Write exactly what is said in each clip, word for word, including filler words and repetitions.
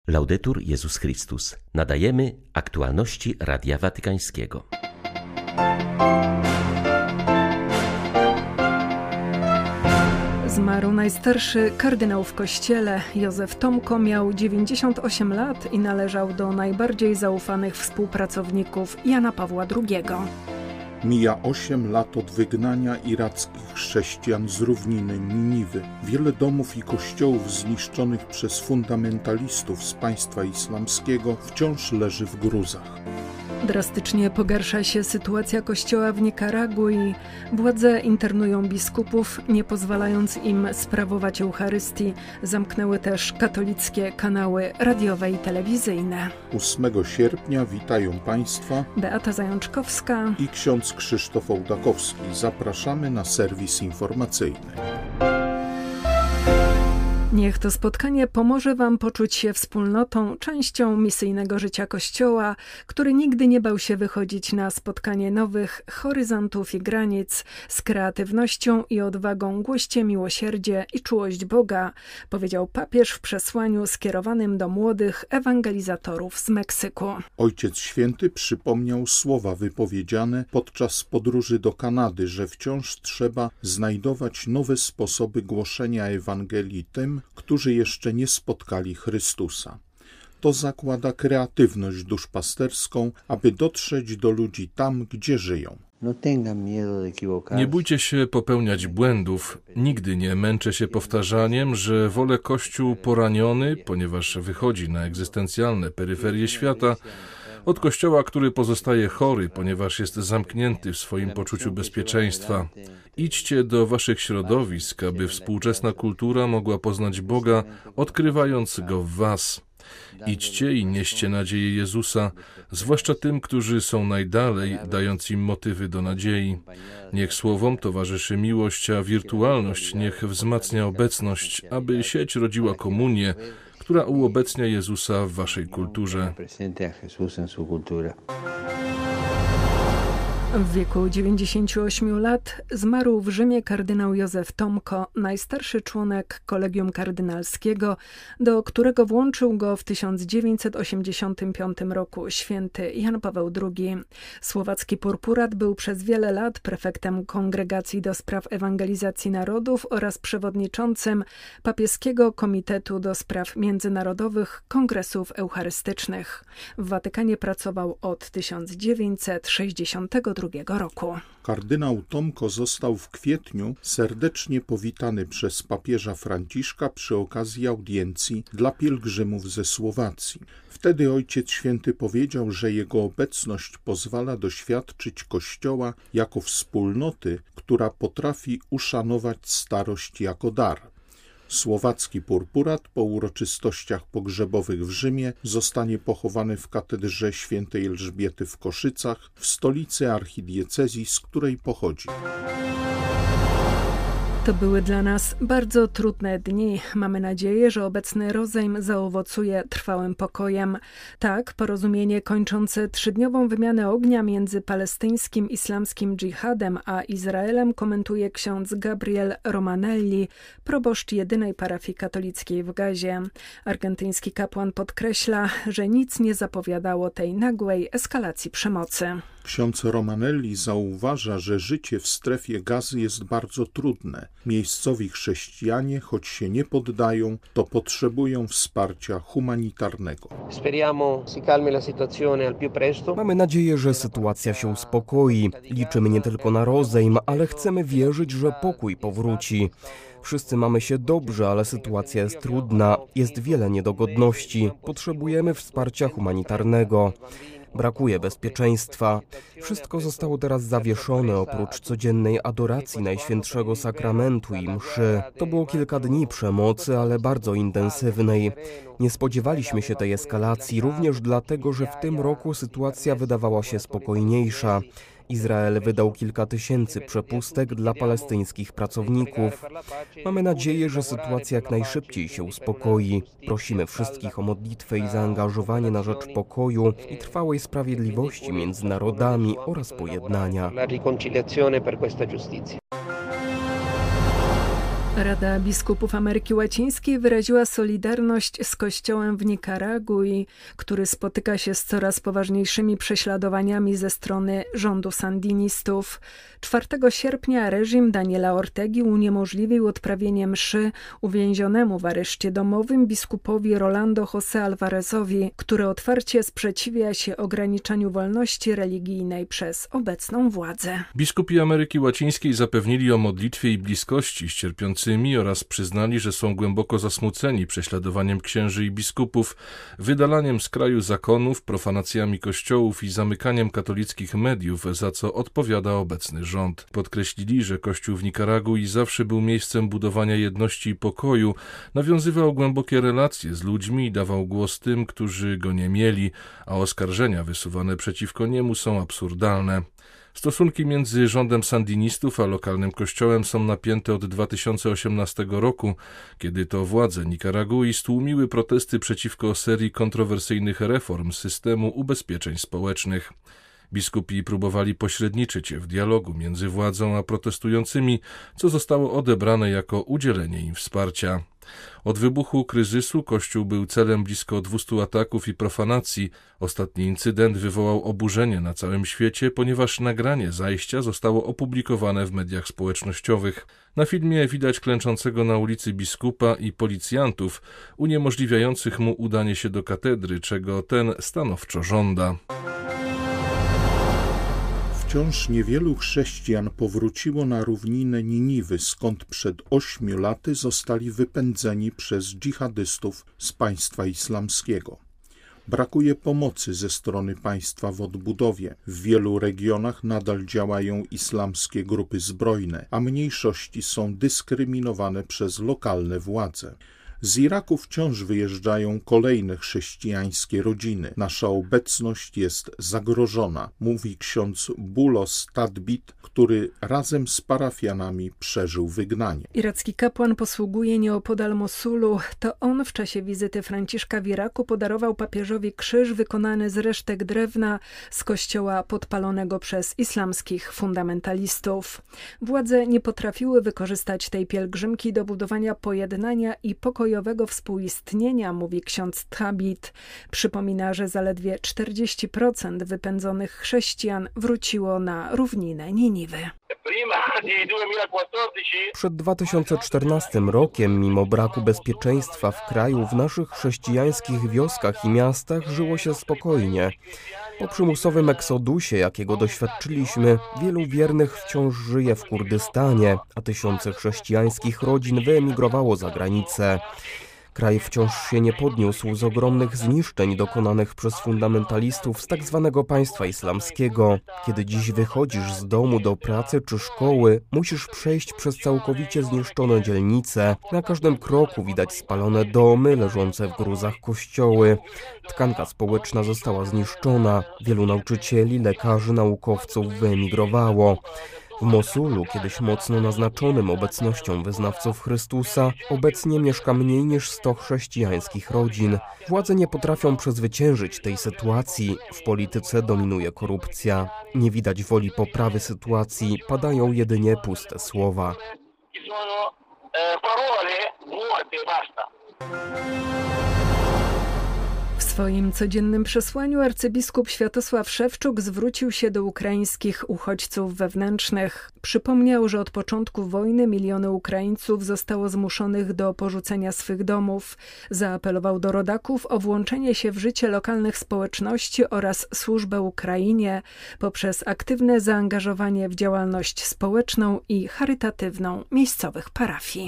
Laudetur Jezus Chrystus. Nadajemy aktualności Radia Watykańskiego. Zmarł najstarszy kardynał w Kościele. Józef Tomko miał dziewięćdziesiąt osiem lat i należał do najbardziej zaufanych współpracowników Jana Pawła drugiego. Mija osiem lat od wygnania irackich chrześcijan z równiny Niniwy. Wiele domów i kościołów zniszczonych przez fundamentalistów z państwa islamskiego wciąż leży w gruzach. Drastycznie pogarsza się sytuacja kościoła w Nikaragui. Władze internują biskupów, nie pozwalając im sprawować Eucharystii. Zamknęły też katolickie kanały radiowe i telewizyjne. ósmego sierpnia witają Państwa Beata Zajączkowska i ksiądz Krzysztof Ołdakowski. Zapraszamy na serwis informacyjny. Niech to spotkanie pomoże Wam poczuć się wspólnotą, częścią misyjnego życia Kościoła, który nigdy nie bał się wychodzić na spotkanie nowych horyzontów i granic. Z kreatywnością i odwagą głoście miłosierdzie i czułość Boga, powiedział papież w przesłaniu skierowanym do młodych ewangelizatorów z Meksyku. Ojciec Święty przypomniał słowa wypowiedziane podczas podróży do Kanady, że wciąż trzeba znajdować nowe sposoby głoszenia Ewangelii tym, którzy jeszcze nie spotkali Chrystusa. To zakłada kreatywność duszpasterską, aby dotrzeć do ludzi tam, gdzie żyją. Nie bójcie się popełniać błędów. Nigdy nie męczę się powtarzaniem, że wolę Kościół poraniony, ponieważ wychodzi na egzystencjalne peryferie świata, od Kościoła, który pozostaje chory, ponieważ jest zamknięty w swoim poczuciu bezpieczeństwa. Idźcie do waszych środowisk, aby współczesna kultura mogła poznać Boga, odkrywając Go w was. Idźcie i nieście nadzieję Jezusa, zwłaszcza tym, którzy są najdalej, dając im motywy do nadziei. Niech słowom towarzyszy miłość, a wirtualność niech wzmacnia obecność, aby sieć rodziła komunię, która uobecnia Jezusa w waszej kulturze. W wieku dziewięćdziesięciu ośmiu lat zmarł w Rzymie kardynał Józef Tomko, najstarszy członek Kolegium Kardynalskiego, do którego włączył go w tysiąc dziewięćset osiemdziesiątym piątym roku święty Jan Paweł drugi. Słowacki purpurat był przez wiele lat prefektem Kongregacji do Spraw Ewangelizacji Narodów oraz przewodniczącym Papieskiego Komitetu do Spraw Międzynarodowych Kongresów Eucharystycznych. W Watykanie pracował od tysiąc dziewięćset sześćdziesiątego drugiego roku. Kardynał Tomko został w kwietniu serdecznie powitany przez papieża Franciszka przy okazji audiencji dla pielgrzymów ze Słowacji. Wtedy Ojciec Święty powiedział, że jego obecność pozwala doświadczyć Kościoła jako wspólnoty, która potrafi uszanować starość jako dar. Słowacki purpurat po uroczystościach pogrzebowych w Rzymie zostanie pochowany w katedrze świętej Elżbiety w Koszycach, w stolicy archidiecezji, z której pochodzi. To były dla nas bardzo trudne dni. Mamy nadzieję, że obecny rozejm zaowocuje trwałym pokojem. Tak, porozumienie kończące trzydniową wymianę ognia między palestyńskim islamskim dżihadem a Izraelem komentuje ksiądz Gabriel Romanelli, proboszcz jedynej parafii katolickiej w Gazie. Argentyński kapłan podkreśla, że nic nie zapowiadało tej nagłej eskalacji przemocy. Ksiądz Romanelli zauważa, że życie w strefie Gazy jest bardzo trudne. Miejscowi chrześcijanie, choć się nie poddają, to potrzebują wsparcia humanitarnego. Mamy nadzieję, że sytuacja się uspokoi. Liczymy nie tylko na rozejm, ale chcemy wierzyć, że pokój powróci. Wszyscy mamy się dobrze, ale sytuacja jest trudna. Jest wiele niedogodności. Potrzebujemy wsparcia humanitarnego. Brakuje bezpieczeństwa. Wszystko zostało teraz zawieszone oprócz codziennej adoracji Najświętszego Sakramentu i mszy. To było kilka dni przemocy, ale bardzo intensywnej. Nie spodziewaliśmy się tej eskalacji, również dlatego, że w tym roku sytuacja wydawała się spokojniejsza. Izrael wydał kilka tysięcy przepustek dla palestyńskich pracowników. Mamy nadzieję, że sytuacja jak najszybciej się uspokoi. Prosimy wszystkich o modlitwę i zaangażowanie na rzecz pokoju i trwałej sprawiedliwości między narodami oraz pojednania. Rada Biskupów Ameryki Łacińskiej wyraziła solidarność z Kościołem w Nikaragui, który spotyka się z coraz poważniejszymi prześladowaniami ze strony rządu sandynistów. czwartego sierpnia reżim Daniela Ortegi uniemożliwił odprawienie mszy uwięzionemu w areszcie domowym biskupowi Rolando José Alvarezowi, który otwarcie sprzeciwia się ograniczaniu wolności religijnej przez obecną władzę. Biskupi Ameryki Łacińskiej zapewnili o modlitwie i bliskości z cierpiącymi oraz przyznali, że są głęboko zasmuceni prześladowaniem księży i biskupów, wydalaniem z kraju zakonów, profanacjami kościołów i zamykaniem katolickich mediów, za co odpowiada obecny rząd. Podkreślili, że Kościół w Nikaragui zawsze był miejscem budowania jedności i pokoju, nawiązywał głębokie relacje z ludźmi i dawał głos tym, którzy go nie mieli, a oskarżenia wysuwane przeciwko niemu są absurdalne. Stosunki między rządem sandynistów a lokalnym kościołem są napięte od dwa tysiące osiemnastego roku, kiedy to władze Nikaragui stłumiły protesty przeciwko serii kontrowersyjnych reform systemu ubezpieczeń społecznych. Biskupi próbowali pośredniczyć w dialogu między władzą a protestującymi, co zostało odebrane jako udzielenie im wsparcia. Od wybuchu kryzysu Kościół był celem blisko dwustu ataków i profanacji. Ostatni incydent wywołał oburzenie na całym świecie, ponieważ nagranie zajścia zostało opublikowane w mediach społecznościowych. Na filmie widać klęczącego na ulicy biskupa i policjantów, uniemożliwiających mu udanie się do katedry, czego ten stanowczo żąda. Wciąż niewielu chrześcijan powróciło na równinę Niniwy, skąd przed ośmiu laty zostali wypędzeni przez dżihadystów z państwa islamskiego. Brakuje pomocy ze strony państwa w odbudowie. W wielu regionach nadal działają islamskie grupy zbrojne, a mniejszości są dyskryminowane przez lokalne władze. Z Iraku wciąż wyjeżdżają kolejne chrześcijańskie rodziny. Nasza obecność jest zagrożona, mówi ksiądz Bulos Tadbit, który razem z parafianami przeżył wygnanie. Iracki kapłan posługuje nieopodal Mosulu. To on w czasie wizyty Franciszka w Iraku podarował papieżowi krzyż wykonany z resztek drewna z kościoła podpalonego przez islamskich fundamentalistów. Władze nie potrafiły wykorzystać tej pielgrzymki do budowania pojednania i pokoju współistnienia, mówi ksiądz Thabit. Przypomina, że zaledwie czterdzieści procent wypędzonych chrześcijan wróciło na równinę Niniwy. Przed dwa tysiące czternastym rokiem, mimo braku bezpieczeństwa w kraju, w naszych chrześcijańskich wioskach i miastach żyło się spokojnie. Po przymusowym eksodusie, jakiego doświadczyliśmy, wielu wiernych wciąż żyje w Kurdystanie, a tysiące chrześcijańskich rodzin wyemigrowało za granicę. Kraj wciąż się nie podniósł z ogromnych zniszczeń dokonanych przez fundamentalistów z tak zwanego państwa islamskiego. Kiedy dziś wychodzisz z domu do pracy czy szkoły, musisz przejść przez całkowicie zniszczone dzielnice. Na każdym kroku widać spalone domy, leżące w gruzach kościoły. Tkanka społeczna została zniszczona. Wielu nauczycieli, lekarzy, naukowców wyemigrowało. W Mosulu, kiedyś mocno naznaczonym obecnością wyznawców Chrystusa, obecnie mieszka mniej niż sto chrześcijańskich rodzin. Władze nie potrafią przezwyciężyć tej sytuacji. W polityce dominuje korupcja. Nie widać woli poprawy sytuacji, padają jedynie puste słowa. W swoim codziennym przesłaniu arcybiskup Światosław Szewczuk zwrócił się do ukraińskich uchodźców wewnętrznych. Przypomniał, że od początku wojny miliony Ukraińców zostało zmuszonych do porzucenia swych domów. Zaapelował do rodaków o włączenie się w życie lokalnych społeczności oraz służbę Ukrainie poprzez aktywne zaangażowanie w działalność społeczną i charytatywną miejscowych parafii.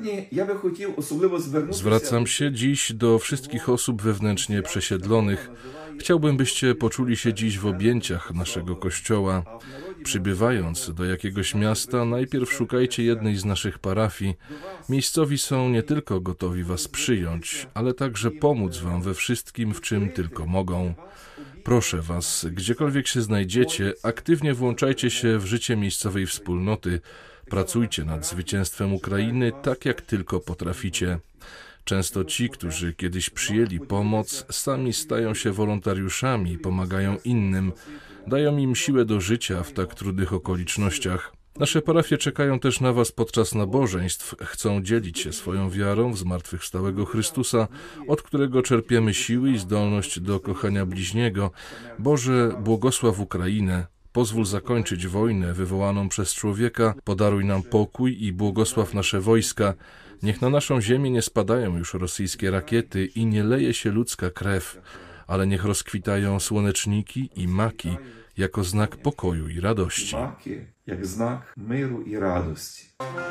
Zwracam się dziś do wszystkich osób wewnętrznie przesiedlonych. Chciałbym, byście poczuli się dziś w objęciach naszego Kościoła. Przybywając do jakiegoś miasta, najpierw szukajcie jednej z naszych parafii. Miejscowi są nie tylko gotowi was przyjąć, ale także pomóc wam we wszystkim, w czym tylko mogą. Proszę was, gdziekolwiek się znajdziecie, aktywnie włączajcie się w życie miejscowej wspólnoty. Pracujcie nad zwycięstwem Ukrainy tak, jak tylko potraficie. Często ci, którzy kiedyś przyjęli pomoc, sami stają się wolontariuszami i pomagają innym. Dają im siłę do życia w tak trudnych okolicznościach. Nasze parafie czekają też na Was podczas nabożeństw. Chcą dzielić się swoją wiarą w zmartwychwstałego Chrystusa, od którego czerpiemy siły i zdolność do kochania bliźniego. Boże, błogosław Ukrainę. Pozwól zakończyć wojnę wywołaną przez człowieka, podaruj nam pokój i błogosław nasze wojska. Niech na naszą ziemię nie spadają już rosyjskie rakiety i nie leje się ludzka krew, ale niech rozkwitają słoneczniki i maki jako znak pokoju i radości. Maki jak znak miru i radości.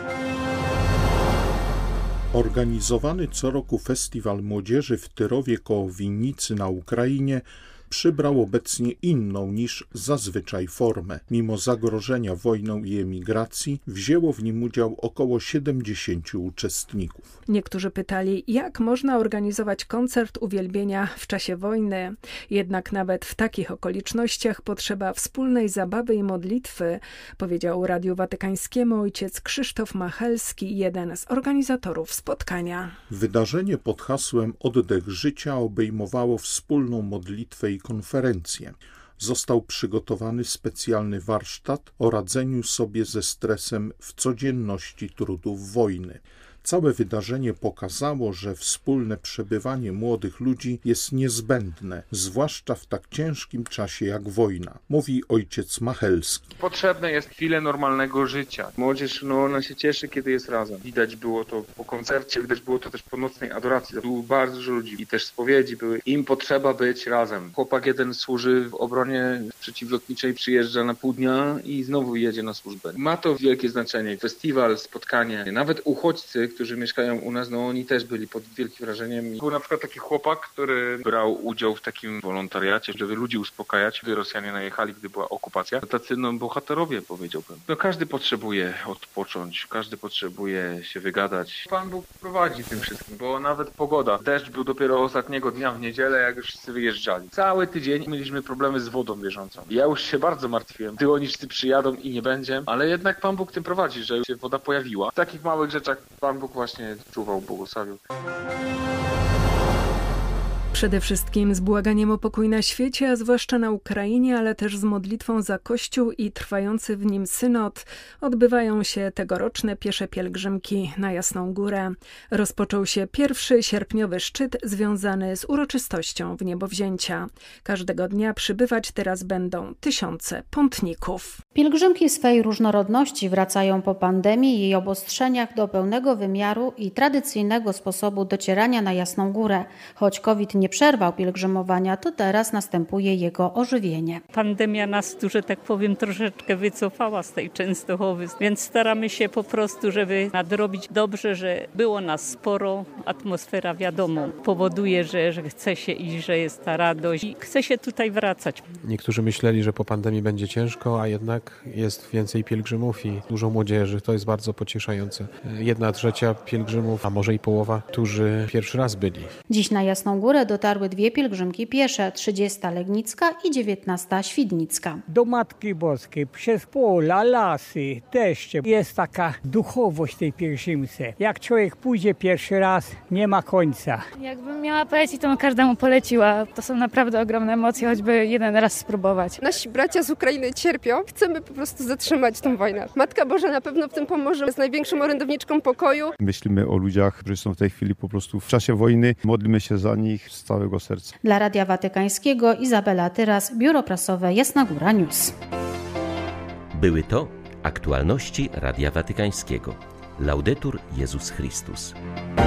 Organizowany co roku festiwal młodzieży w Tyrowie koło Winnicy na Ukrainie przybrał obecnie inną niż zazwyczaj formę. Mimo zagrożenia wojną i emigracji wzięło w nim udział około siedemdziesięciu uczestników. Niektórzy pytali, jak można organizować koncert uwielbienia w czasie wojny. Jednak nawet w takich okolicznościach potrzeba wspólnej zabawy i modlitwy, powiedział Radiu Watykańskiemu ojciec Krzysztof Machelski, jeden z organizatorów spotkania. Wydarzenie pod hasłem Oddech Życia obejmowało wspólną modlitwę i konferencję. Został przygotowany specjalny warsztat o radzeniu sobie ze stresem w codzienności trudów wojny. Całe wydarzenie pokazało, że wspólne przebywanie młodych ludzi jest niezbędne, zwłaszcza w tak ciężkim czasie jak wojna, mówi ojciec Machelski. Potrzebne jest chwilę normalnego życia. Młodzież, no ona się cieszy, kiedy jest razem. Widać było to po koncercie, widać było to też po nocnej adoracji. Było bardzo dużo ludzi i też spowiedzi były. Im potrzeba być razem. Chłopak jeden służy w obronie przeciwlotniczej, przyjeżdża na pół dnia i znowu jedzie na służbę. Ma to wielkie znaczenie. Festiwal, spotkanie, nawet uchodźcy, którzy mieszkają u nas, no oni też byli pod wielkim wrażeniem. Był na przykład taki chłopak, który brał udział w takim wolontariacie, żeby ludzi uspokajać, gdy Rosjanie najechali, gdy była okupacja. Tacy no bohaterowie, powiedziałbym. No każdy potrzebuje odpocząć, każdy potrzebuje się wygadać. Pan Bóg prowadzi tym wszystkim, bo nawet pogoda. Deszcz był dopiero ostatniego dnia w niedzielę, jak już wszyscy wyjeżdżali. Cały tydzień mieliśmy problemy z wodą bieżącą. Ja już się bardzo martwiłem, gdy oni wszyscy przyjadą i nie będzie, ale jednak Pan Bóg tym prowadzi, że się woda pojawiła. W takich małych rzeczach Pan Bóg właśnie czuwał, błogosławił. Przede wszystkim z błaganiem o pokój na świecie, a zwłaszcza na Ukrainie, ale też z modlitwą za Kościół i trwający w nim synod, odbywają się tegoroczne piesze pielgrzymki na Jasną Górę. Rozpoczął się pierwszy sierpniowy szczyt związany z uroczystością Wniebowzięcia. Każdego dnia przybywać teraz będą tysiące pątników. Pielgrzymki swej różnorodności wracają po pandemii i obostrzeniach do pełnego wymiaru i tradycyjnego sposobu docierania na Jasną Górę. Choć COVID nie przerwał pielgrzymowania, to teraz następuje jego ożywienie. Pandemia nas tu, że tak powiem, troszeczkę wycofała z tej Częstochowy, więc staramy się po prostu, żeby nadrobić dobrze, że było nas sporo. Atmosfera, wiadomo, powoduje, że, że chce się iść, że jest ta radość i chce się tutaj wracać. Niektórzy myśleli, że po pandemii będzie ciężko, a jednak jest więcej pielgrzymów i dużo młodzieży. To jest bardzo pocieszające. Jedna trzecia pielgrzymów, a może i połowa, którzy pierwszy raz byli. Dziś na Jasną Górę dotarły dwie pielgrzymki piesze, trzydziesta Legnicka i dziewiętnasta Świdnicka. Do Matki Boskiej, przez pola, lasy, deszcze. Jest taka duchowość tej pielgrzymce. Jak człowiek pójdzie pierwszy raz, nie ma końca. Jakbym miała polecić, to bym każdemu poleciła. To są naprawdę ogromne emocje, choćby jeden raz spróbować. Nasi bracia z Ukrainy cierpią. Chcemy po prostu zatrzymać tę wojnę. Matka Boża na pewno w tym pomoże. Jest największą orędowniczką pokoju. Myślimy o ludziach, którzy są w tej chwili po prostu w czasie wojny. Modlimy się za nich z całego serca. Dla Radia Watykańskiego Izabela Tyras, Biuro Prasowe Jasna Góra News. Były to aktualności Radia Watykańskiego. Laudetur Jezus Chrystus.